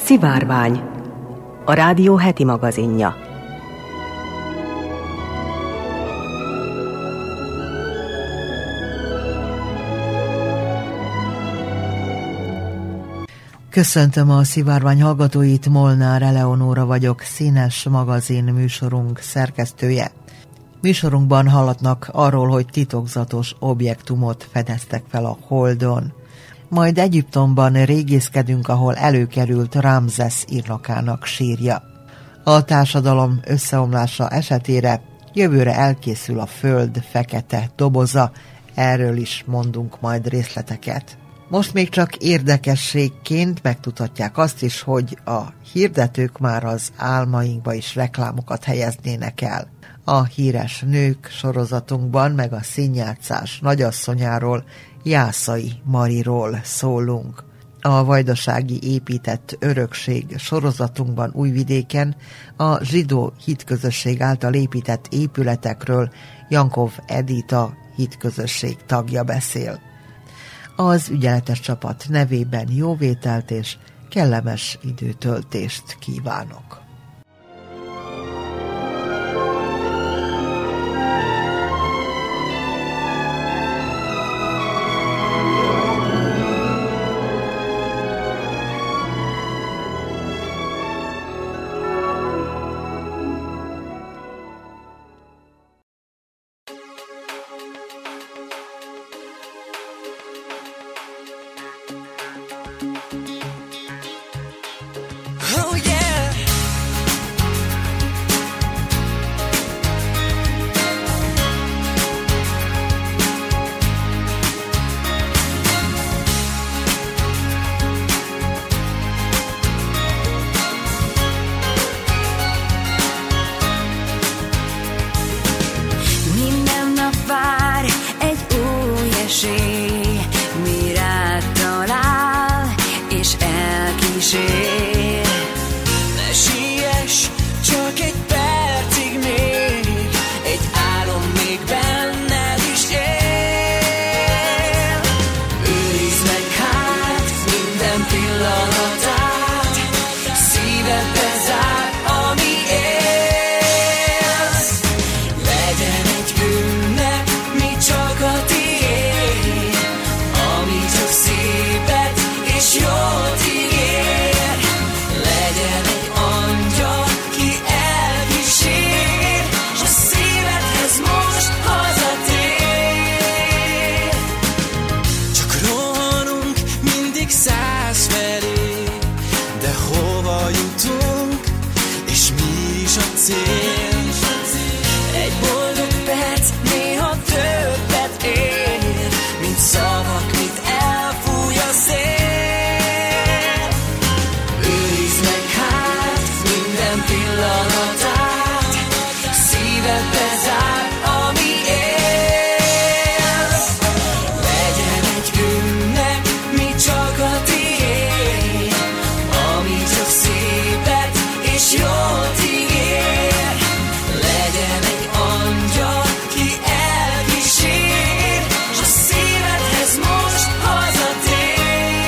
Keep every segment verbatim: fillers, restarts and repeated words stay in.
Szivárvány, a rádió heti magazinja. Köszöntöm a Szivárvány hallgatóit, Molnár Eleonóra vagyok, Színes magazin műsorunk szerkesztője. Műsorunkban hallatnak arról, hogy titokzatos objektumot fedeztek fel a Holdon. Majd Egyiptomban régészkedünk, ahol előkerült Ramszesz írnokának sírja. A társadalom összeomlása esetére jövőre elkészül a Föld fekete doboza, erről is mondunk majd részleteket. Most még csak érdekességként megtudhatják azt is, hogy a hirdetők már az álmainkba is reklámokat helyeznének el. A Híres Nők sorozatunkban, meg a színjátszás nagyasszonyáról, Jászai Mariról szólunk. A vajdasági épített örökség sorozatunkban Újvidéken a zsidó hitközösség által épített épületekről Jankov Edita hitközösség tagja beszél. Az ügyeletes csapat nevében jóvételt és kellemes időtöltést kívánok.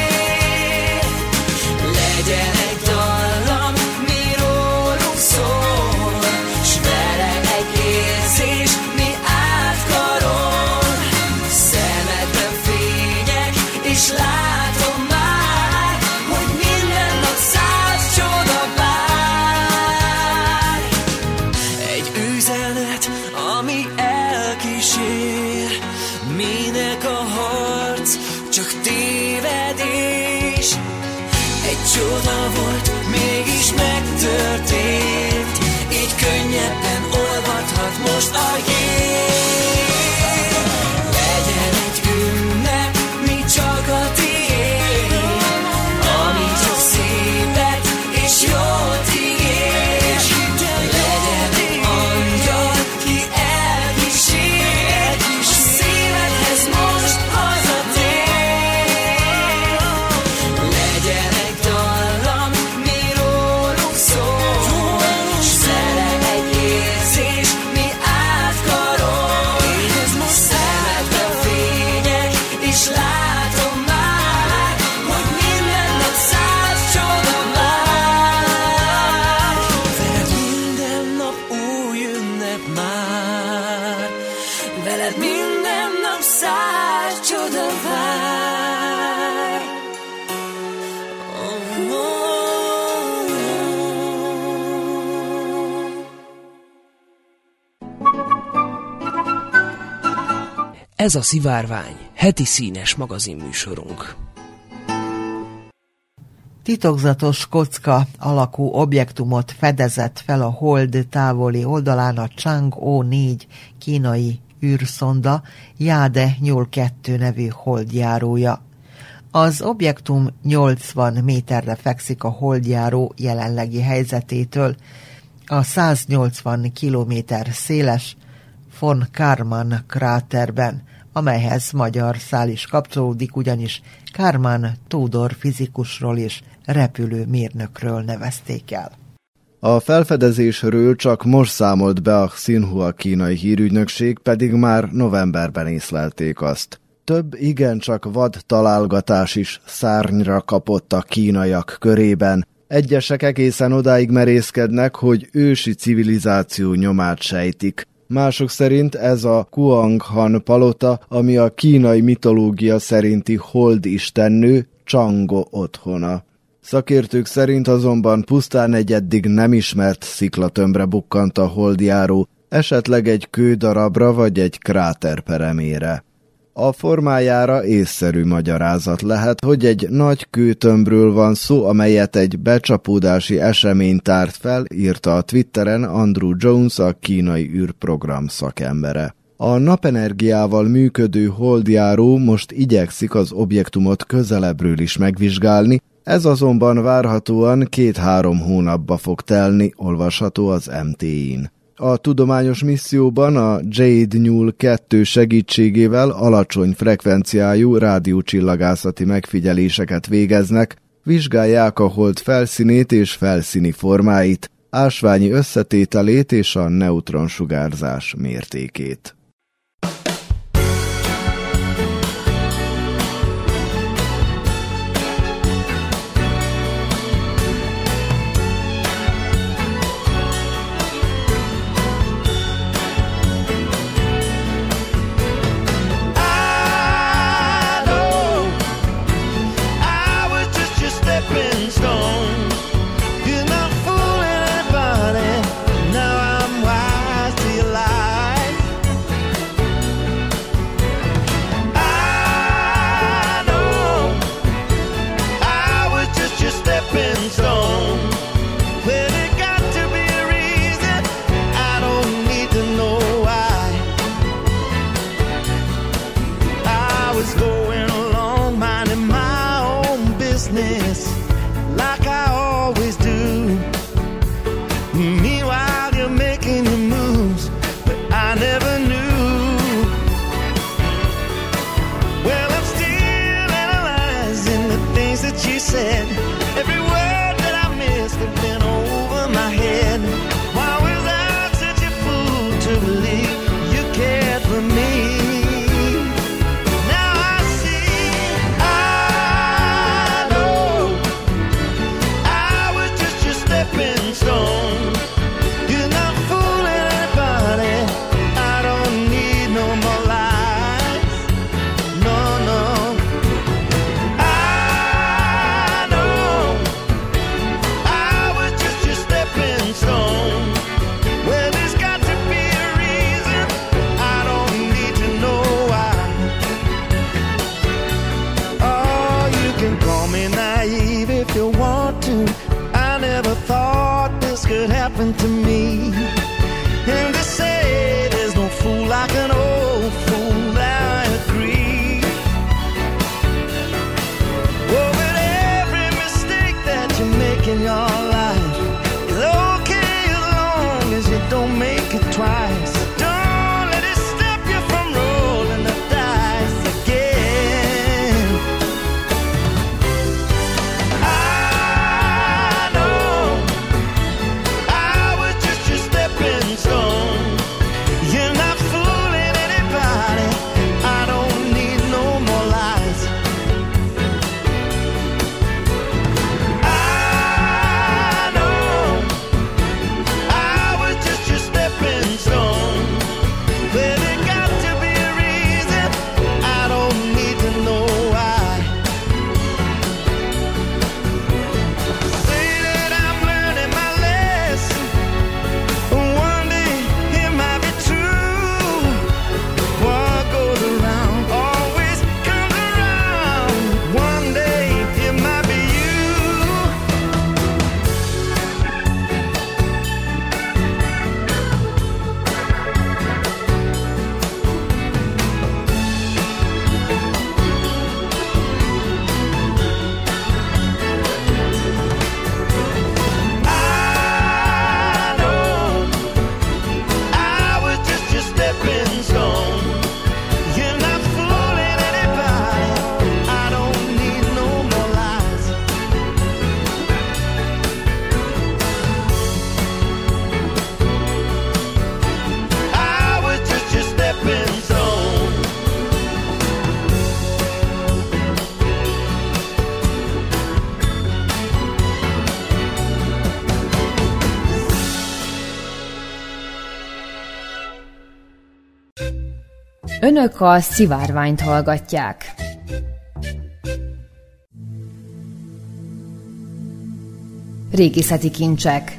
Legyen egy dallam, mi rólunk szól. Ez a Szivárvány, heti színes magazinműsorunk. Titokzatos kocka alakú objektumot fedezett fel a hold távoli oldalán a Chang'e négy kínai űrszonda Jade nyolc kettő nevű holdjárója. Az objektum nyolcvan méterre fekszik a holdjáró jelenlegi helyzetétől, a száznyolcvan kilométer széles von Karman kráterben, amelyhez magyar szál is kapcsolódik, ugyanis Karman Tudor fizikusról és repülőmérnökről nevezték el. A felfedezésről csak most számolt be a Xinhua kínai hírügynökség, pedig már novemberben észlelték azt. Több igencsak vad találgatás is szárnyra kapott a kínaiak körében. Egyesek egészen odáig merészkednek, hogy ősi civilizáció nyomát sejtik. Mások szerint ez a Kuanghan palota, ami a kínai mitológia szerinti holdistennő Chang'e otthona. Szakértők szerint azonban pusztán egy eddig nem ismert sziklatömbre bukkant a holdjáró, esetleg egy kődarabra vagy egy kráter peremére. A formájára észszerű magyarázat lehet, hogy egy nagy kőtömbről van szó, amelyet egy becsapódási esemény tárt fel, írta a Twitteren Andrew Jones, a kínai űrprogram szakembere. A napenergiával működő holdjáró most igyekszik az objektumot közelebbről is megvizsgálni, ez azonban várhatóan két-három hónapba fog telni, olvasható az em té í-n. A tudományos misszióban a Jade nyolc kettő segítségével alacsony frekvenciájú rádiócsillagászati megfigyeléseket végeznek, vizsgálják a hold felszínét és felszíni formáit, ásványi összetételét és a neutronsugárzás mértékét. To me, and to say there's no fool like an old fool, I agree. Oh, but every mistake that you make in your life is okay as long as you don't make it twice. Don't let it stop you from rolling the dice again. I know I was just Önök a Szivárványt hallgatják. Régészeti kincsek.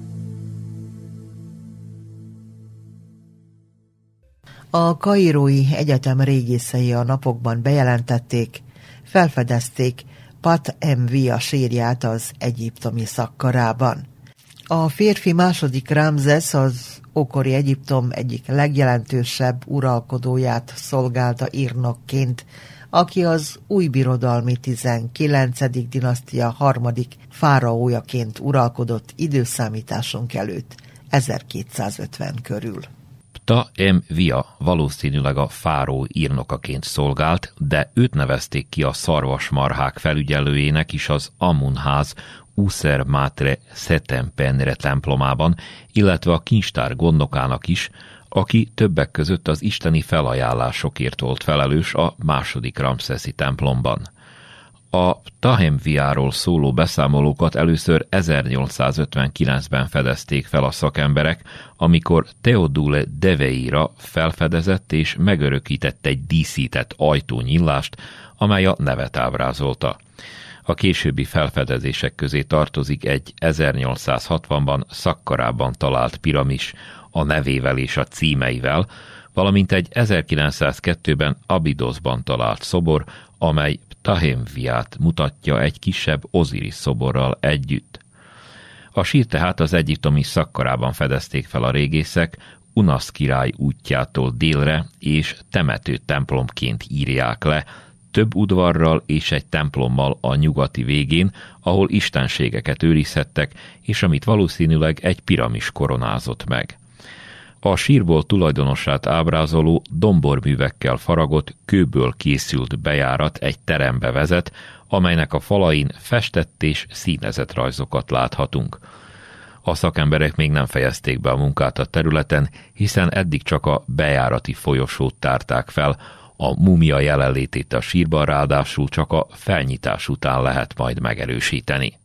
A Kairói Egyetem régészei a napokban bejelentették, felfedezték Pat Mvia sírját az egyiptomi Szakkarában. A férfi második Ramszesz az ókori Egyiptom egyik legjelentősebb uralkodóját szolgálta írnokként, aki az új birodalmi tizenkilencedik dinasztia harmadik fáraójaként uralkodott időszámításunk előtt ezerkétszázötven körül. Ptah Mvia valószínűleg a fáró írnokaként szolgált, de őt nevezték ki a szarvasmarhák felügyelőjének is az Amun-ház User Matre Setempenre templomában, illetve a kincstár gondnokának is, aki többek között az isteni felajánlásokért volt felelős a második Ramszeszi templomban. A Ptah Mviáról szóló beszámolókat először ezernyolcszázötvenkilencben fedezték fel a szakemberek, amikor Theodule Deveira felfedezett és megörökített egy díszített ajtónyílást, amely a nevet ábrázolta. A későbbi felfedezések közé tartozik egy ezernyolcszázhatvanban Szakkarában talált piramis a nevével és a címeivel, valamint egy ezerkilencszázkettőben Abidoszban talált szobor, amely Ptah Mviát mutatja egy kisebb Oziris szoborral együtt. A sír tehát az egyiptomi Szakkarában fedezték fel a régészek, Unasz király útjától délre és temető templomként írják le, több udvarral és egy templommal a nyugati végén, ahol istenségeket őrizhettek, és amit valószínűleg egy piramis koronázott meg. A sírból tulajdonosát ábrázoló domborművekkel faragott, kőből készült bejárat egy terembe vezet, amelynek a falain festett és színezett rajzokat láthatunk. A szakemberek még nem fejezték be a munkát a területen, hiszen eddig csak a bejárati folyosót tárták fel, a múmia jelenlétét a sírban ráadásul csak a felnyitás után lehet majd megerősíteni.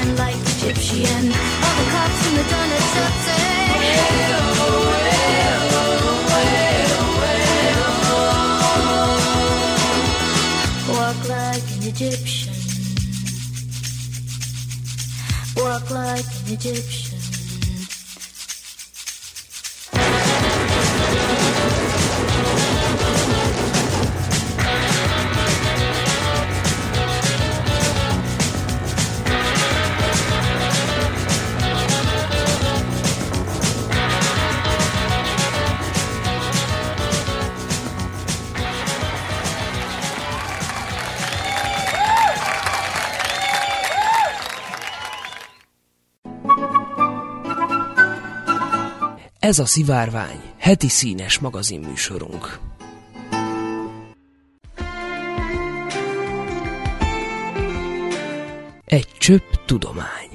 Egyptian, all the cops and the donuts up say, Egyptian. Walk like an Egyptian. Ez a Szivárvány, heti színes magazinműsorunk. Egy csöpp tudomány.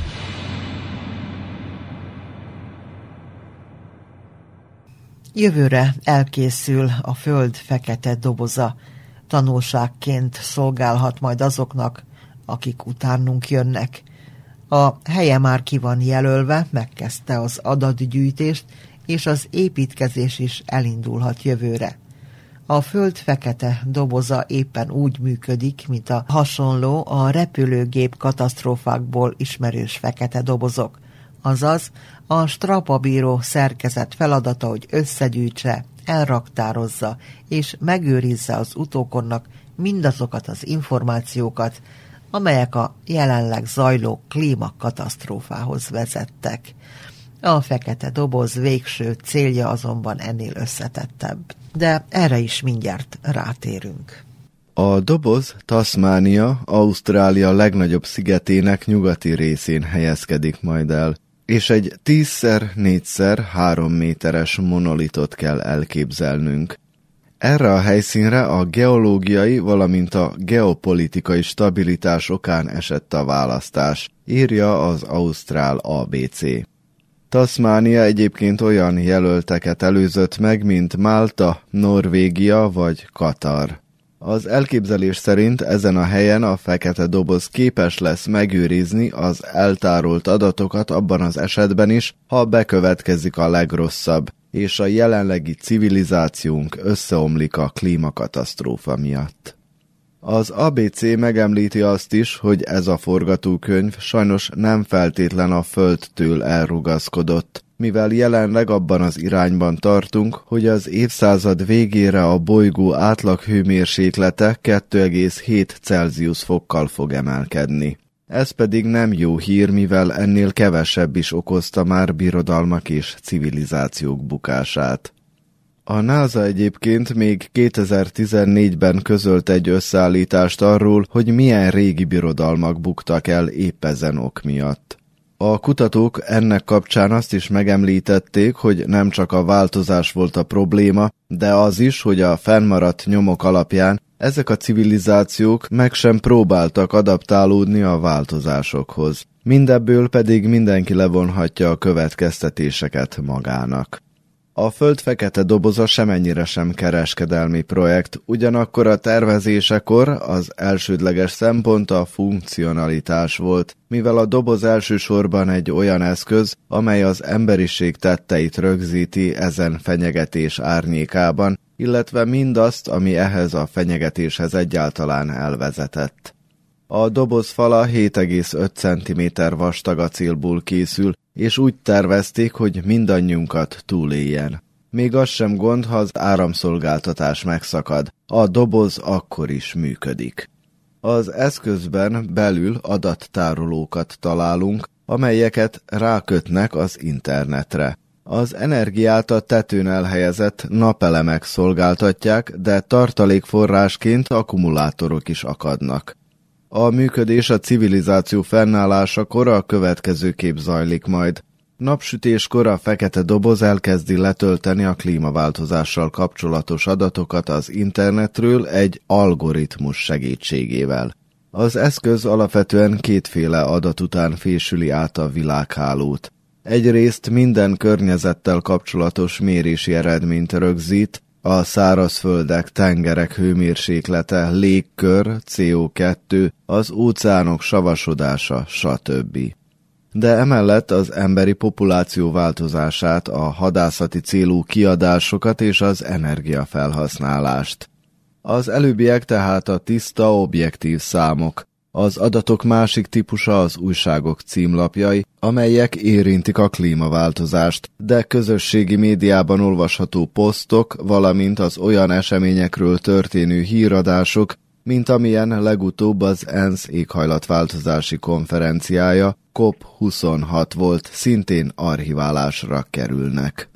Jövőre elkészül a Föld fekete doboza. Tanulságként szolgálhat majd azoknak, akik utánunk jönnek. A helye már ki van jelölve, megkezdte az adatgyűjtést, és az építkezés is elindulhat jövőre. A Föld fekete doboza éppen úgy működik, mint a hasonló, a repülőgép katasztrófákból ismerős fekete dobozok. Azaz, a strapabíró szerkezet feladata, hogy összegyűjtse, elraktározza és megőrizze az utókornak mindazokat az információkat, amelyek a jelenleg zajló klímakatasztrófához vezettek. A fekete doboz végső célja azonban ennél összetettebb, de erre is mindjárt rátérünk. A doboz Tasmania, Ausztrália legnagyobb szigetének nyugati részén helyezkedik majd el, és egy tízszer négyszer három méteres monolitot kell elképzelnünk. Erre a helyszínre a geológiai, valamint a geopolitikai stabilitás okán esett a választás, írja az ausztrál á bé cé. Tasmania egyébként olyan jelölteket előzött meg, mint Málta, Norvégia vagy Katar. Az elképzelés szerint ezen a helyen a fekete doboz képes lesz megőrizni az eltárolt adatokat abban az esetben is, ha bekövetkezik a legrosszabb, és a jelenlegi civilizációnk összeomlik a klímakatasztrófa miatt. Az á bé cé megemlíti azt is, hogy ez a forgatókönyv sajnos nem feltétlen a Földtől elrugaszkodott, mivel jelenleg abban az irányban tartunk, hogy az évszázad végére a bolygó átlag hőmérséklete kettő egész hét Celsius fokkal fog emelkedni. Ez pedig nem jó hír, mivel ennél kevesebb is okozta már birodalmak és civilizációk bukását. A NASA egyébként még kétezer-tizennégyben közölt egy összeállítást arról, hogy milyen régi birodalmak buktak el épp ezen ok miatt. A kutatók ennek kapcsán azt is megemlítették, hogy nem csak a változás volt a probléma, de az is, hogy a fennmaradt nyomok alapján ezek a civilizációk meg sem próbáltak adaptálódni a változásokhoz. Mindebből pedig mindenki levonhatja a következtetéseket magának. A Föld fekete doboza semennyire sem kereskedelmi projekt, ugyanakkor a tervezésekor az elsődleges szempont a funkcionalitás volt, mivel a doboz elsősorban egy olyan eszköz, amely az emberiség tetteit rögzíti ezen fenyegetés árnyékában, illetve mindazt, ami ehhez a fenyegetéshez egyáltalán elvezetett. A doboz fala hét egész öt centiméter vastag acélból készül, és úgy tervezték, hogy mindannyiunkat túléljen. Még az sem gond, ha az áramszolgáltatás megszakad, a doboz akkor is működik. Az eszközben belül adattárolókat találunk, amelyeket rákötnek az internetre. Az energiát a tetőn elhelyezett napelemek szolgáltatják, de tartalékforrásként akkumulátorok is akadnak. A működés a civilizáció fennállásakor a következőképp zajlik majd. Napsütéskor a fekete doboz elkezdi letölteni a klímaváltozással kapcsolatos adatokat az internetről egy algoritmus segítségével. Az eszköz alapvetően kétféle adat után fésüli át a világhálót. Egyrészt minden környezettel kapcsolatos mérési eredményt rögzít, a szárazföldek, tengerek hőmérséklete, légkör, cé o kettő, az óceánok savasodása, stb. De emellett az emberi populáció változását, a hadászati célú kiadásokat és az energiafelhasználást. Az előbbiek tehát a tiszta, objektív számok. Az adatok másik típusa az újságok címlapjai, amelyek érintik a klímaváltozást, de közösségi médiában olvasható posztok, valamint az olyan eseményekről történő híradások, mint amilyen legutóbb az ENSZ éghajlatváltozási konferenciája COP huszonhat volt, szintén archiválásra kerülnek.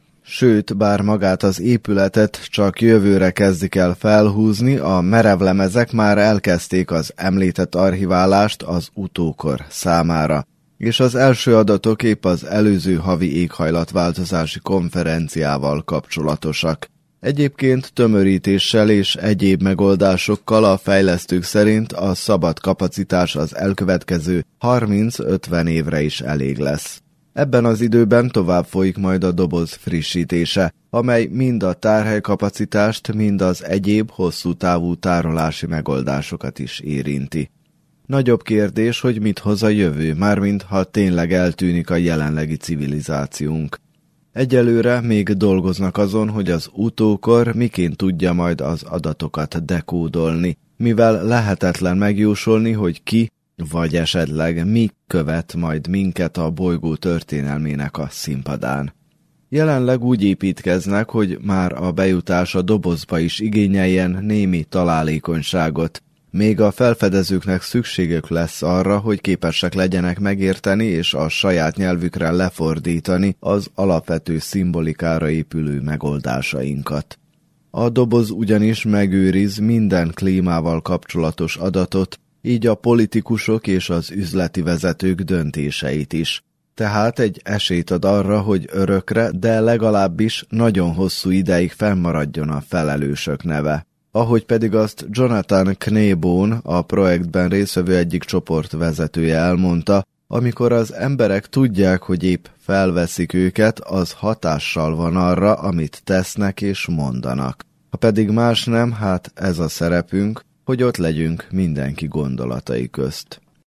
Sőt, bár magát az épületet csak jövőre kezdik el felhúzni, a merevlemezek már elkezdték az említett archiválást az utókor számára, és az első adatok épp az előző havi éghajlatváltozási konferenciával kapcsolatosak. Egyébként tömörítéssel és egyéb megoldásokkal a fejlesztők szerint a szabad kapacitás az elkövetkező harminc-ötven évre is elég lesz. Ebben az időben tovább folyik majd a doboz frissítése, amely mind a tárhelykapacitást, mind az egyéb hosszú távú tárolási megoldásokat is érinti. Nagyobb kérdés, hogy mit hoz a jövő, mármint ha tényleg eltűnik a jelenlegi civilizációnk. Egyelőre még dolgoznak azon, hogy az utókor miként tudja majd az adatokat dekódolni, mivel lehetetlen megjósolni, hogy ki, vagy esetleg mi követ majd minket a bolygó történelmének a színpadán. Jelenleg úgy építkeznek, hogy már a bejutás a dobozba is igényeljen némi találékonyságot. Még a felfedezőknek szükségük lesz arra, hogy képesek legyenek megérteni és a saját nyelvükre lefordítani az alapvető szimbolikára épülő megoldásainkat. A doboz ugyanis megőriz minden klímával kapcsolatos adatot, így a politikusok és az üzleti vezetők döntéseit is. Tehát egy esélyt ad arra, hogy örökre, de legalábbis nagyon hosszú ideig fennmaradjon a felelősök neve. Ahogy pedig azt Jonathan Kneebone, a projektben résztvevő egyik csoport vezetője elmondta, amikor az emberek tudják, hogy épp felveszik őket, az hatással van arra, amit tesznek és mondanak. Ha pedig más nem, hát ez a szerepünk, hogy ott legyünk mindenki gondolatai közt.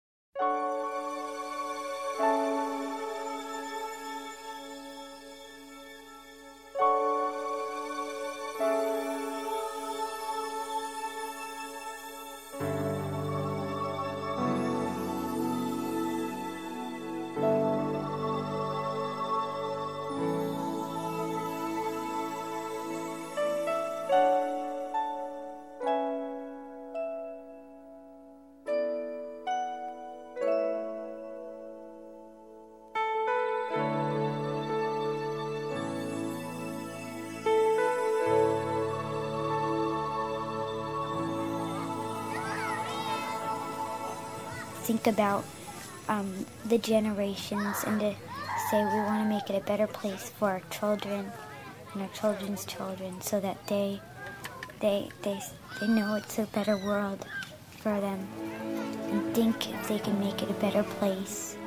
Think about um, the generations and to say we want to make it a better place for our children and our children's children, so that they they they they know it's a better world for them, and think if they can make it a better place.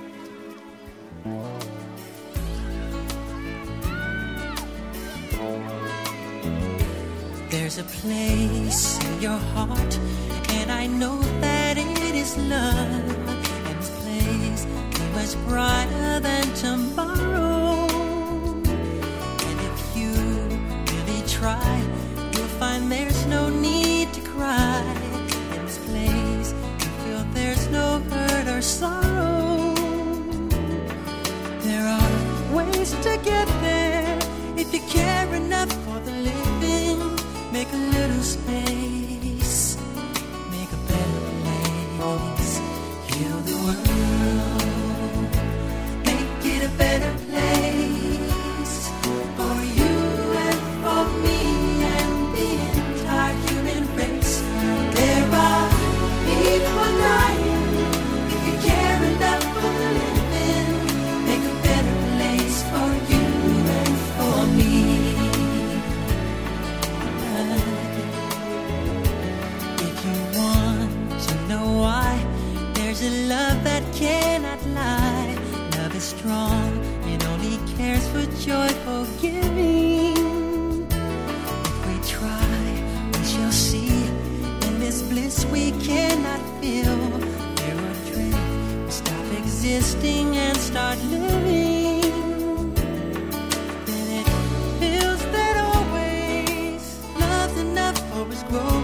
There's a place in your heart, and I know that it is love. And this place is much brighter than tomorrow. And if you really try, you'll find there's no need to cry. In this place, you feel there's no hurt or sorrow. There are ways to get there if you care enough for the living. Make a little space, make a better place, heal the world, make it a better place for you and for me and the entire human race. There are people dying. If you care enough for the living, make a better place for you and for me. There's a love that cannot lie. Love is strong, it only cares for joyful giving. If we try, we shall see. In this bliss we cannot feel. There are dreams, we stop existing and start living. Then it feels that always love's enough for us growing.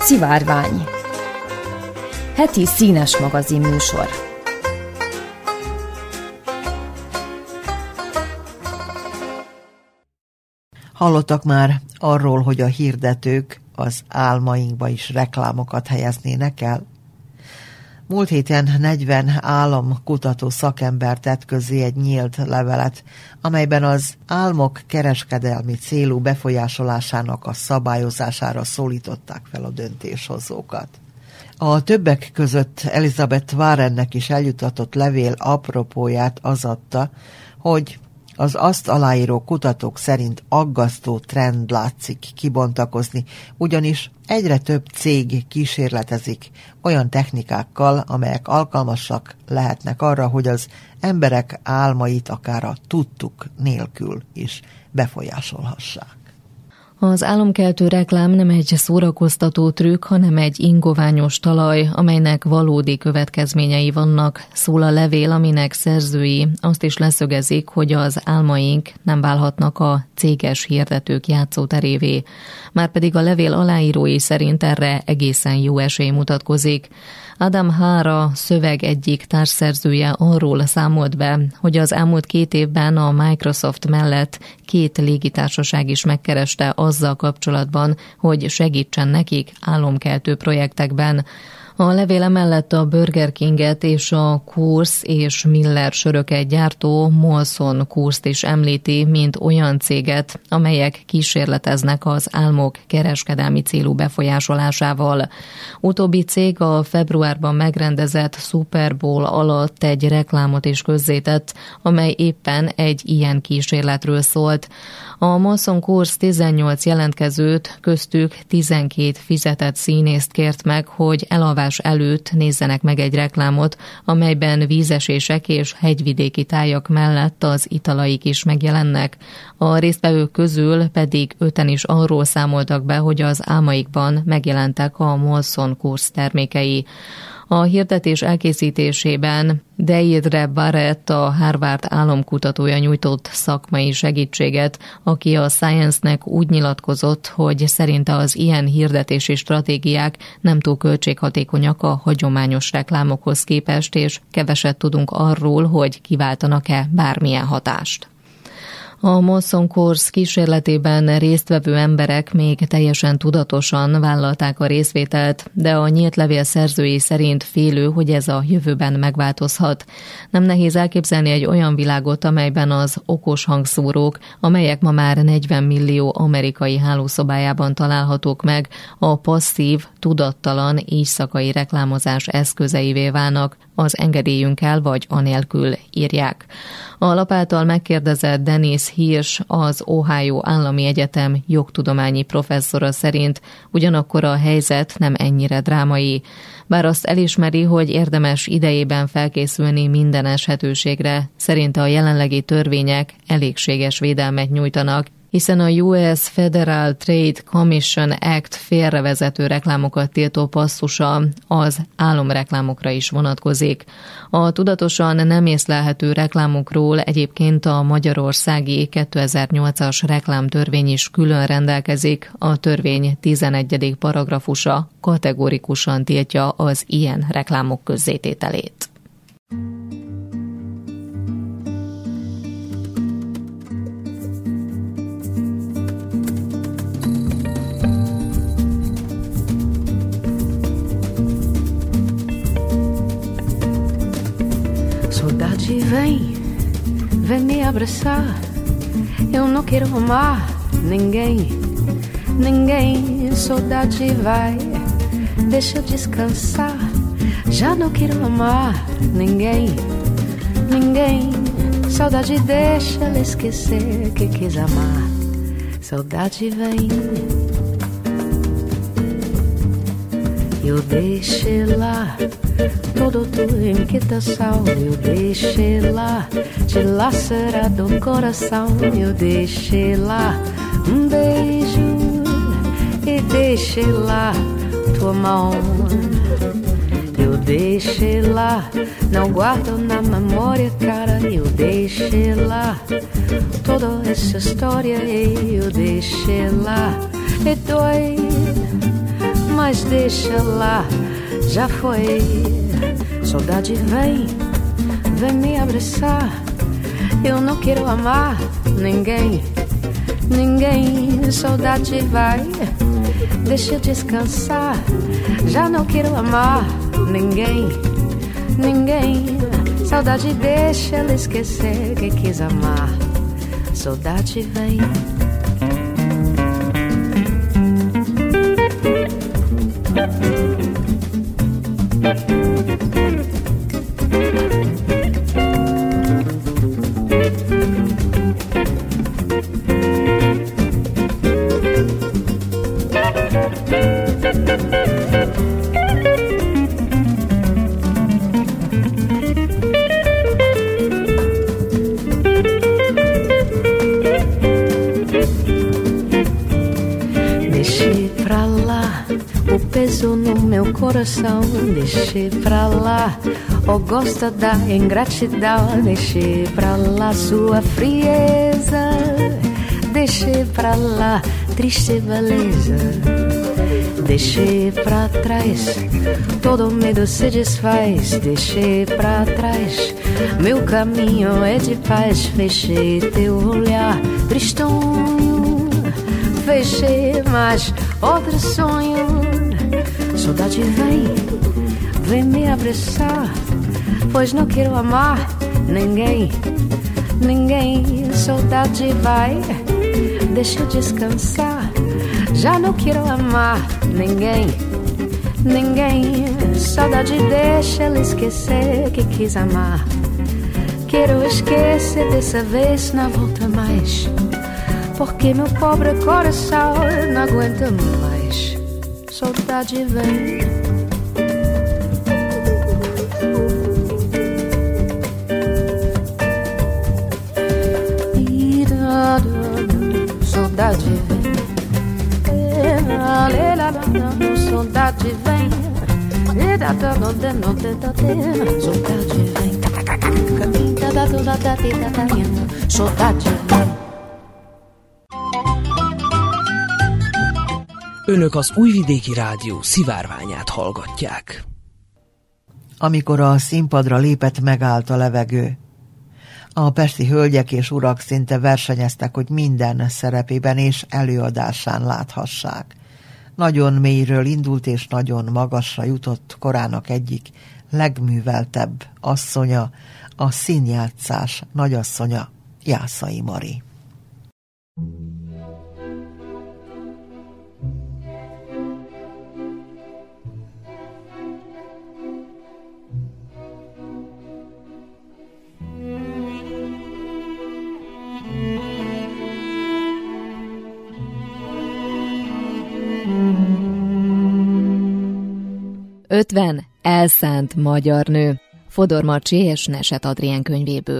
Szivárvány. Heti színes magazinműsor. Hallottak már arról, hogy a hirdetők az álmainkba is reklámokat helyeznének el? Múlt héten negyven álomkutató szakember tett közzé egy nyílt levelet, amelyben az álmok kereskedelmi célú befolyásolásának a szabályozására szólították fel a döntéshozókat. A többek között Elizabeth Warrennek is eljutatott levél apropóját az adta, hogy az azt aláíró kutatók szerint aggasztó trend látszik kibontakozni, ugyanis egyre több cég kísérletezik olyan technikákkal, amelyek alkalmasak lehetnek arra, hogy az emberek álmait akár a tudtuk nélkül is befolyásolhassák. Az álomkeltő reklám nem egy szórakoztató trükk, hanem egy ingoványos talaj, amelynek valódi következményei vannak, szól a levél, aminek szerzői azt is leszögezik, hogy az álmaink nem válhatnak a céges hirdetők játszóterévé. Márpedig a levél aláírói szerint erre egészen jó esély mutatkozik. Adam Hára szöveg egyik társszerzője arról számolt be, hogy az elmúlt két évben a Microsoft mellett két légitársaság is megkereste azzal kapcsolatban, hogy segítsen nekik álomkeltő projektekben. A levél mellett a Burger Kinget és a Coors és Miller söröket gyártó Molson Coors-t is említi, mint olyan céget, amelyek kísérleteznek az álmok kereskedelmi célú befolyásolásával. Utóbbi cég a februárban megrendezett Super Bowl alatt egy reklámot is közzétett, amely éppen egy ilyen kísérletről szólt. A Molson Coors tizennyolc jelentkezőt, köztük tizenkét fizetett színészt kért meg, hogy elalvás előtt nézzenek meg egy reklámot, amelyben vízesések és hegyvidéki tájak mellett az italaik is megjelennek. A résztvevők közül pedig öten is arról számoltak be, hogy az álmaikban megjelentek a Molson Coors termékei. A hirdetés elkészítésében Deirdre Barrett, a Harvard álomkutatója nyújtott szakmai segítséget, aki a Science-nek úgy nyilatkozott, hogy szerinte az ilyen hirdetési stratégiák nem túl költséghatékonyak a hagyományos reklámokhoz képest, és keveset tudunk arról, hogy kiváltanak-e bármilyen hatást. A Molson Coors kísérletében résztvevő emberek még teljesen tudatosan vállalták a részvételt, de a nyílt levél szerzői szerint félő, hogy ez a jövőben megváltozhat. Nem nehéz elképzelni egy olyan világot, amelyben az okos hangszórók, amelyek ma már negyven millió amerikai hálószobájában találhatók meg, a passzív, tudattalan éjszakai reklámozás eszközeivé válnak, az engedélyünkkel vagy anélkül, írják. A lap által megkérdezett Dennis Hirsch, az Ohio Állami Egyetem jogtudományi professzora szerint ugyanakkor a helyzet nem ennyire drámai. Bár azt elismeri, hogy érdemes idejében felkészülni minden eshetőségre, szerinte a jelenlegi törvények elégséges védelmet nyújtanak, hiszen a U S Federal Trade Commission Act félrevezető reklámokat tiltó passzusa az álomreklámokra is vonatkozik. A tudatosan nem észlelhető reklámokról egyébként a magyarországi kétezer-nyolcas reklámtörvény is külön rendelkezik. A törvény tizenegyedik paragrafusa kategorikusan tiltja az ilyen reklámok közzétételét. Saudade vem, vem me abraçar. Eu não quero amar ninguém, ninguém. Saudade vai, deixa eu descansar. Já não quero amar ninguém, ninguém. Saudade deixa ela esquecer que quis amar. Saudade vem, eu deixei lá toda tua inquietação, eu deixei lá te lacerar do coração, eu deixei lá um beijo e deixei lá tua mão, eu deixei lá, não guardo na memória, cara, eu deixei lá toda essa história, eu deixei lá e dói mas deixa lá, já foi. Saudade vem, vem me abraçar. Eu não quero amar ninguém, ninguém. Saudade vai, deixa eu descansar. Já não quero amar ninguém, ninguém. Saudade deixa ela esquecer que quis amar. Saudade vem. Deixei pra lá o peso no meu coração, deixei pra lá o gosto da ingratidão, deixei pra lá sua frieza, deixei pra lá triste beleza, deixei pra trás todo medo se desfaz, deixei pra trás meu caminho é de paz, fechei teu olhar tristonho, fechei mais outro sonho. Saudade vem, vem me abraçar, pois não quero amar ninguém, ninguém. Saudade vai, deixa eu descansar. Já não quero amar ninguém, ninguém. Saudade deixa ela esquecer que quis amar. Quero esquecer dessa vez, não volta mais, porque meu pobre coração não aguenta mais. Saudade vem. Saudade vem. Saudade vem. Saudade vem. Saudade vem. Önök az Újvidéki Rádió szivárványát hallgatják. Amikor a színpadra lépett, megállt a levegő. A pesti hölgyek és urak szinte versenyeztek, hogy minden szerepében és előadásán láthassák. Nagyon mélyről indult és nagyon magasra jutott korának egyik legműveltebb asszonya, a színjátszás nagyasszonya, Jászai Mari. ötven elszánt magyar nő. Fodor Marcsi és Neset Adrien könyvéből.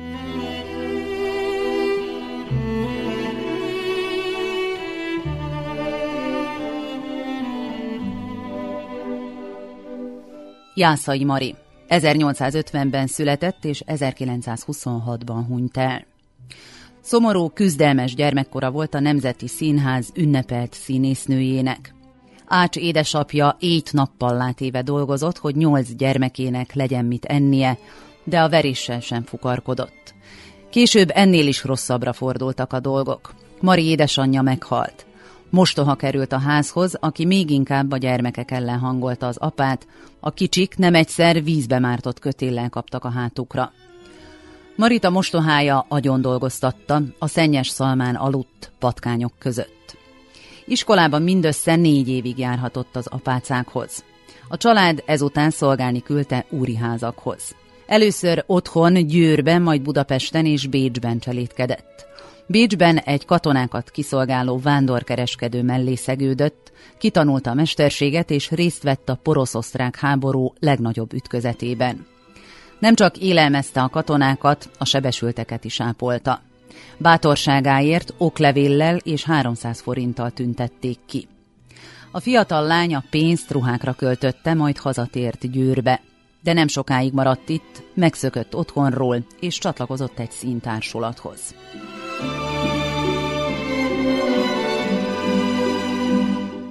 Jászai Mari ezernyolcszázötvenben született és ezerkilencszázhuszonhatban hunyt el. Szomorú, küzdelmes gyermekkora volt a Nemzeti Színház ünnepelt színésznőjének. Ács édesapja éjt-nappal látéve dolgozott, hogy nyolc gyermekének legyen mit ennie, de a veréssel sem fukarkodott. Később ennél is rosszabbra fordultak a dolgok. Mari édesanyja meghalt. Mostoha került a házhoz, aki még inkább a gyermekek ellen hangolta az apát, a kicsik nem egyszer vízbe mártott kötéllel kaptak a hátukra. Marit a mostohája agyon dolgoztatta, a szennyes szalmán aludt patkányok között. Iskolában mindössze négy évig járhatott az apácákhoz. A család ezután szolgálni küldte úriházakhoz. Először otthon, Győrben, majd Budapesten és Bécsben cselédkedett. Bécsben egy katonákat kiszolgáló vándorkereskedő mellé szegődött, kitanulta a mesterséget és részt vett a porosz-osztrák háború legnagyobb ütközetében. Nem csak élelmezte a katonákat, a sebesülteket is ápolta. Bátorságáért oklevéllel és háromszáz forinttal tüntették ki. A fiatal lány a pénzt ruhákra költötte, majd hazatért Győrbe. De nem sokáig maradt itt, megszökött otthonról, és csatlakozott egy színtársulathoz.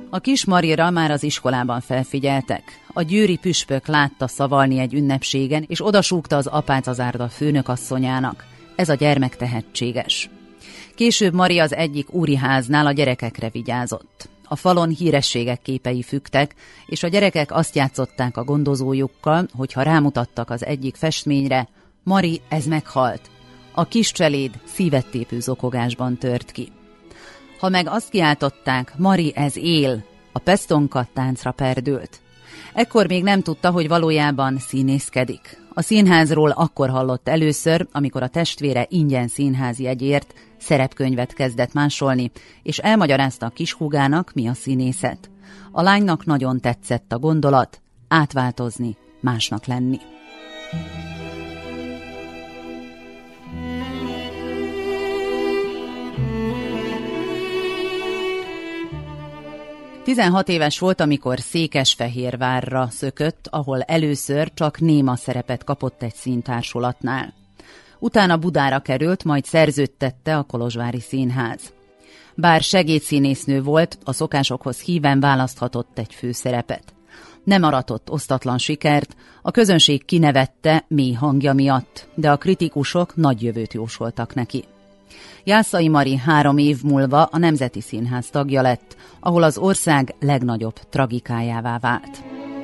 A kis Marira már az iskolában felfigyeltek. A győri püspök látta szavalni egy ünnepségen, és odasúgta az apácazárda főnökasszonyának. Ez a gyermek tehetséges. Később Mari az egyik úriháznál a gyerekekre vigyázott. A falon hírességek képei függtek, és a gyerekek azt játszották a gondozójukkal, hogy ha rámutattak az egyik festményre, Mari, ez meghalt. A kis cseléd szívet tépő zokogásban tört ki. Ha meg azt kiáltották, Mari, ez él, a pestonka táncra perdült. Ekkor még nem tudta, hogy valójában színészkedik. A színházról akkor hallott először, amikor a testvére ingyen színházi jegyért szerepkönyvet kezdett másolni, és elmagyarázta a kishúgának, mi a színészet. A lánynak nagyon tetszett a gondolat, átváltozni, másnak lenni. tizenhat éves volt, amikor Székesfehérvárra szökött, ahol először csak néma szerepet kapott egy színtársulatnál. Utána Budára került, majd szerződtette a Kolozsvári Színház. Bár segédszínésznő volt, a szokásokhoz híven választhatott egy főszerepet. Nem aratott osztatlan sikert, a közönség kinevette mély hangja miatt, de a kritikusok nagy jövőt jósoltak neki. Jászai Mari három év múlva a Nemzeti Színház tagja lett, ahol az ország legnagyobb tragikájává vált.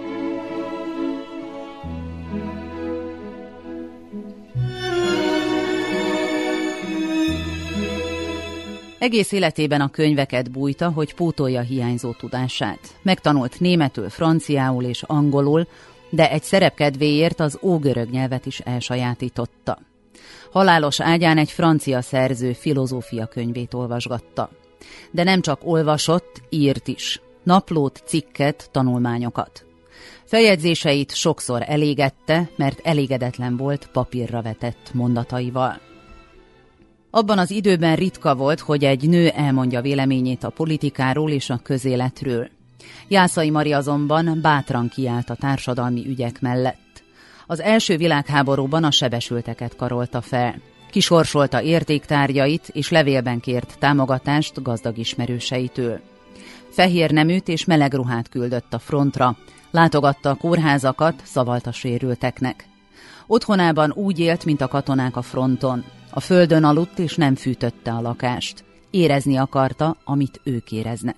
Egész életében a könyveket bújta, hogy pótolja hiányzó tudását. Megtanult németül, franciául és angolul, de egy szerep kedvéért az ógörög nyelvet is elsajátította. Halálos ágyán egy francia szerző filozófia könyvét olvasgatta. De nem csak olvasott, írt is. Naplót, cikket, tanulmányokat. Feljegyzéseit sokszor elégette, mert elégedetlen volt papírra vetett mondataival. Abban az időben ritka volt, hogy egy nő elmondja véleményét a politikáról és a közéletről. Jászai Mari azonban bátran kiállt a társadalmi ügyek mellett. Az első világháborúban a sebesülteket karolta fel. Kisorsolta értéktárgyait, és levélben kért támogatást gazdag ismerőseitől. Fehér neműt és meleg ruhát küldött a frontra, látogatta a kórházakat, szavalt a sérülteknek. Otthonában úgy élt, mint a katonák a fronton. A földön aludt, és nem fűtötte a lakást. Érezni akarta, amit ők éreznek.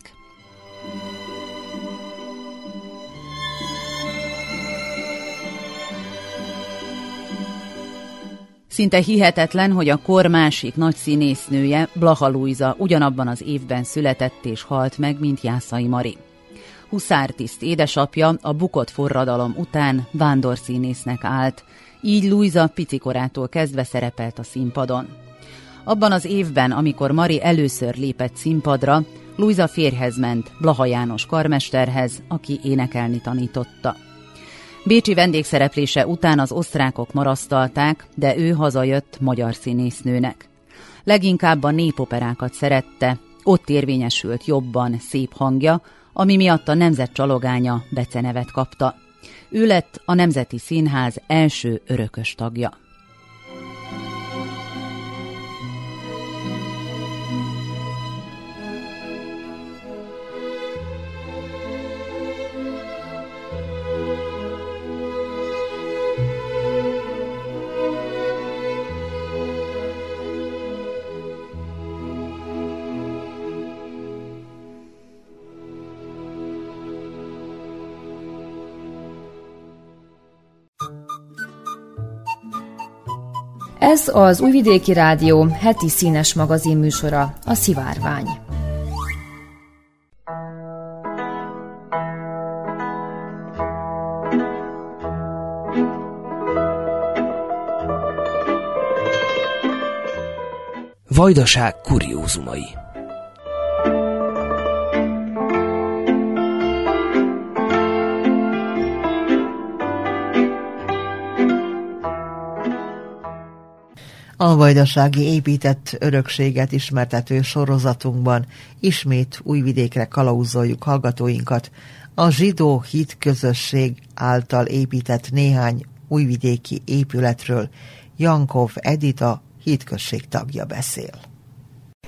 Szinte hihetetlen, hogy a kor másik nagy színésznője, Blaha Lujza ugyanabban az évben született és halt meg, mint Jászai Mari. Huszártiszt édesapja a bukott forradalom után vándorszínésznek állt, így Lujza picikorától kezdve szerepelt a színpadon. Abban az évben, amikor Mari először lépett színpadra, Lujza férjhez ment, Blaha János karmesterhez, aki énekelni tanította. Bécsi vendégszereplése után az osztrákok marasztalták, de ő hazajött magyar színésznőnek. Leginkább a népoperákat szerette, ott érvényesült jobban szép hangja, ami miatt a nemzet csalogánya becenevet kapta. Ő lett a Nemzeti Színház első örökös tagja. Ez az Újvidéki Rádió heti színes magazin műsora, a Szivárvány. Vajdaság kuriózumai. A vajdasági épített örökséget ismertető sorozatunkban ismét Újvidékre kalauzoljuk hallgatóinkat. A zsidó hitközösség által épített néhány újvidéki épületről Jankov Edita hitközség tagja beszél.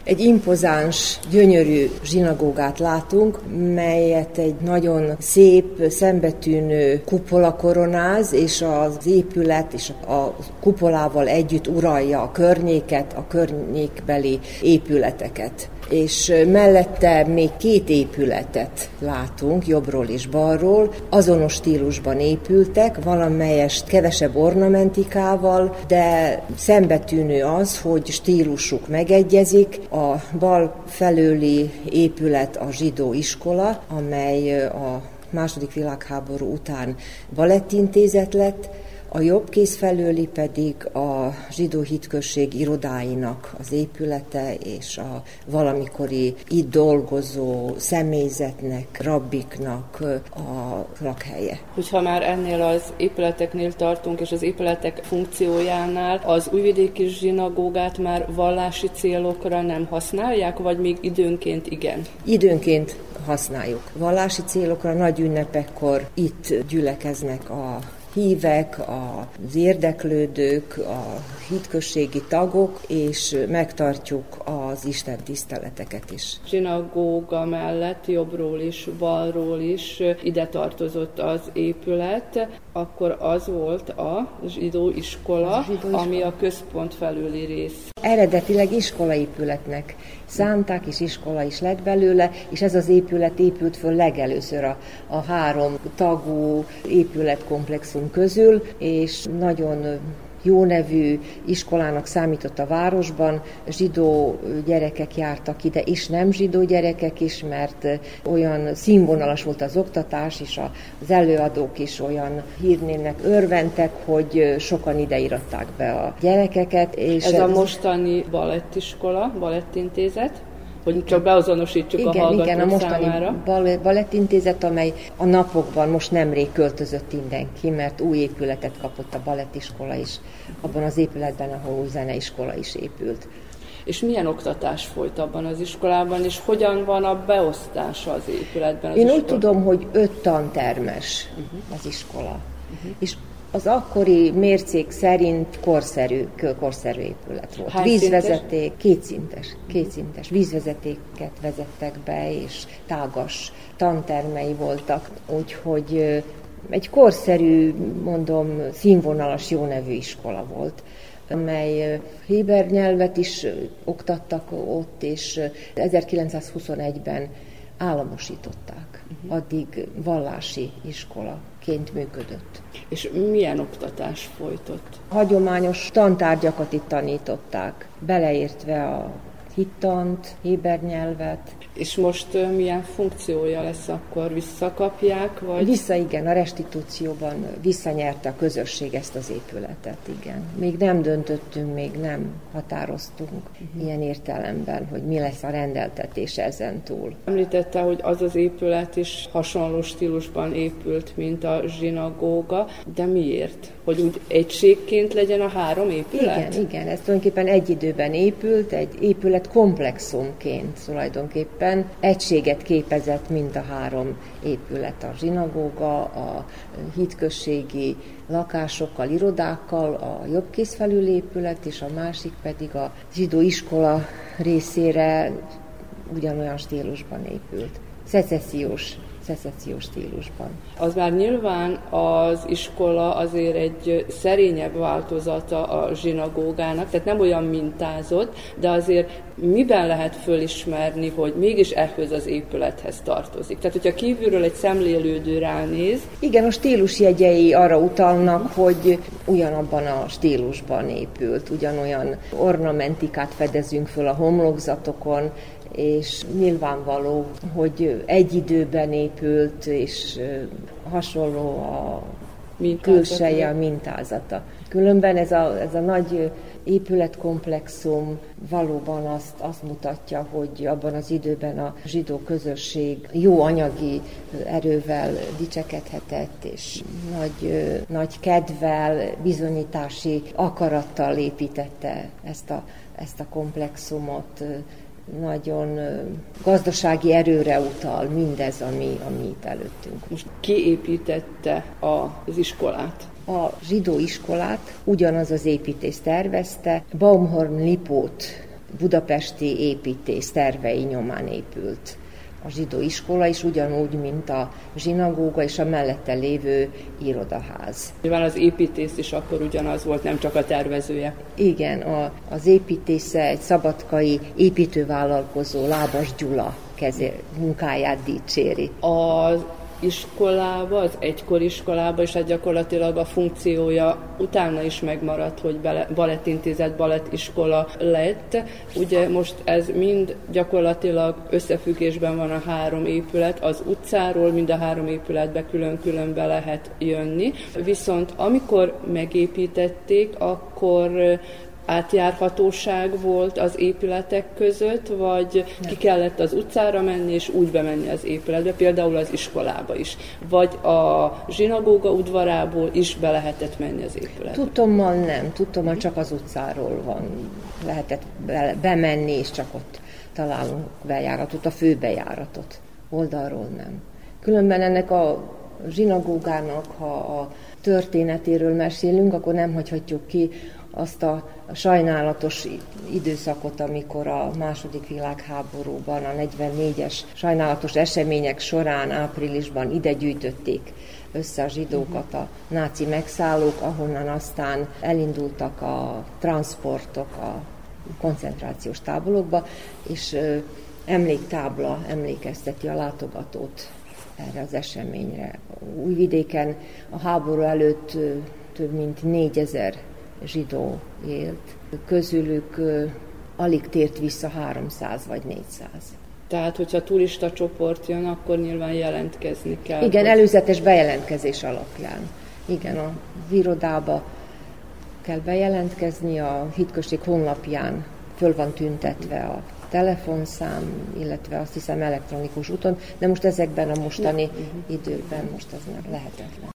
Egy impozáns, gyönyörű zsinagógát látunk, melyet egy nagyon szép, szembetűnő kupola koronáz, és az épület és a kupolával együtt uralja a környéket, a környékbeli épületeket. És mellette még két épületet látunk, jobbról és balról, azonos stílusban épültek, valamelyest kevesebb ornamentikával, de szembetűnő az, hogy stílusuk megegyezik. A bal felőli épület a zsidó iskola, amely a második világháború után balettintézet lett, a jobb kéz felőli pedig a zsidó hitközség irodáinak az épülete és a valamikori itt dolgozó személyzetnek, rabbiknak a lakhelye. Hogyha már ennél az épületeknél tartunk, és az épületek funkciójánál, az újvidéki zsinagógát már vallási célokra nem használják, vagy még időnként igen? Időnként használjuk. Vallási célokra, nagy ünnepekkor itt gyülekeznek a hívek, az érdeklődők, a hitközségi tagok, és megtartjuk az Isten tiszteleteket is. Zsinagóga mellett jobbról is, balról is ide tartozott az épület, akkor az volt a zsidó iskola, a zsidó iskola, ami a központ felüli rész. Eredetileg iskolaépületnek szánták, és iskola is lett belőle, és ez az épület épült föl legelőször a, a három tagú épületkomplexum közül, és nagyon jó nevű iskolának számított a városban, zsidó gyerekek jártak ide, és nem zsidó gyerekek is, mert olyan színvonalas volt az oktatás, és az előadók is olyan hírnévnek örventek, hogy sokan ide iratták be a gyerekeket. És ez, ez a mostani balettiskola, balettintézet? Hogy csak beazonosítsuk igen, a hallgatók igen, a mostani számára. balettintézet, amely a napokban most nemrég költözött mindenki, mert új épületet kapott a balettiskola is, abban az épületben, ahol új zeneiskola is épült. És milyen oktatás folyt abban az iskolában, és hogyan van a beosztása az épületben? Az Én iskola? úgy tudom, hogy öt tantermes uh-huh. az iskola. Uh-huh. És az akkori mércék szerint korszerű, korszerű épület volt. Hány vízvezeték, szintes? kétszintes, kétszintes vízvezetéket vezettek be, és tágas tantermei voltak, úgyhogy egy korszerű, mondom, színvonalas, jó nevű iskola volt, amely héber nyelvet is oktattak ott, és ezerkilencszázhuszonegyben államosították. Uh-huh. Addig vallási iskolaként működött. És milyen oktatás folytott? Hagyományos tantárgyakat itt tanították, beleértve a hittant, héber nyelvet. És most milyen funkciója lesz akkor? Visszakapják? Vagy? Vissza, igen, a restitúcióban visszanyerte a közösség ezt az épületet, igen. Még nem döntöttünk, még nem határoztunk uh-huh. ilyen értelemben, hogy mi lesz a rendeltetés ezen túl. Említette, hogy az az épület is hasonló stílusban épült, mint a zsinagóga, de miért? Hogy úgy egységként legyen a három épület? Igen, igen, ez tulajdonképpen egy időben épült, egy épület komplexumként tulajdonképpen egységet képezett, mint a három épület, a zsinagóga, a hitközségi lakásokkal, irodákkal, a jobbkézfelül épület, és a másik pedig a zsidó iskola részére ugyanolyan stílusban épült. Szecessziós szecessziós stílusban. Az már nyilván az iskola azért egy szerényebb változata a zsinagógának, tehát nem olyan mintázott, de azért miben lehet fölismerni, hogy mégis ehhez az épülethez tartozik? Tehát, hogyha kívülről egy szemlélődő ránéz... Igen, a stílus jegyei arra utalnak, hogy ugyanabban a stílusban épült, ugyanolyan ornamentikát fedezünk föl a homlokzatokon, és nyilvánvaló, hogy egy időben épült, és hasonló a külseje, a mintázata. Különben ez a, ez a nagy épületkomplexum valóban azt, azt mutatja, hogy abban az időben a zsidó közösség jó anyagi erővel dicsekedhetett, és nagy, nagy kedvel, bizonyítási akarattal építette ezt a, ezt a komplexumot. Nagyon gazdasági erőre utal mindez, ami, ami itt előttünk. Most ki építette az iskolát? A zsidó iskolát ugyanaz az építész tervezte, Baumhorn Lipót budapesti építész tervei nyomán épült a zsidó iskola is, ugyanúgy, mint a zsinagóga és a mellette lévő irodaház. Nyilván az építész is akkor ugyanaz volt, nem csak a tervezője. Igen, a, az építésze egy szabadkai építővállalkozó, Lábas Gyula kezé, munkáját dicséri. Az iskolába, az egykori iskolába, és hát gyakorlatilag a funkciója utána is megmaradt, hogy balettintézet, balettiskola lett. Ugye most ez mind gyakorlatilag összefüggésben van a három épület, az utcáról mind a három épületbe külön-külön be lehet jönni. Viszont amikor megépítették, akkor átjárhatóság volt az épületek között, vagy ki kellett az utcára menni, és úgy bemenni az épületbe, például az iskolába is. Vagy a zsinagóga udvarából is be lehetett menni az épületbe. Tudtommal nem, tudtommal csak az utcáról van. Lehetett be- bemenni, és csak ott találunk bejáratot, a főbejáratot. Oldalról nem. Különben ennek a zsinagógának, ha a történetéről mesélünk, akkor nem hagyhatjuk ki azt a sajnálatos időszakot, amikor a második világháborúban a negyvennégyes sajnálatos események során áprilisban ide gyűjtötték össze a zsidókat a náci megszállók, ahonnan aztán elindultak a transportok a koncentrációs táborokba, és emléktábla emlékezteti a látogatót erre az eseményre. Újvidéken a háború előtt több mint négyezer zsidó élt, közülük alig tért vissza háromszáz vagy négyszáz. Tehát, hogyha turista csoport jön, akkor nyilván jelentkezni kell. Igen, hogy... előzetes bejelentkezés alapján. Igen, a irodába kell bejelentkezni, a hitközség honlapján föl van tüntetve a telefonszám, illetve azt hiszem elektronikus úton, de most ezekben a mostani uh-huh. időben most ez nem lehetetlen.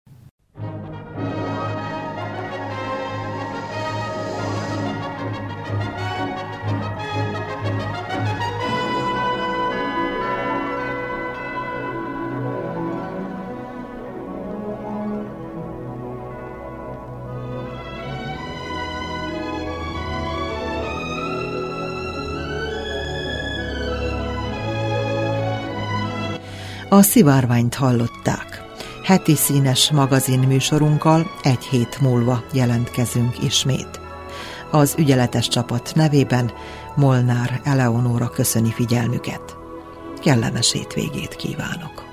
A Szivárványt hallották. Heti színes magazin műsorunkkal egy hét múlva jelentkezünk ismét. Az ügyeletes csapat nevében Molnár Eleonóra köszöni figyelmüket. Kellemes hétvégét kívánok!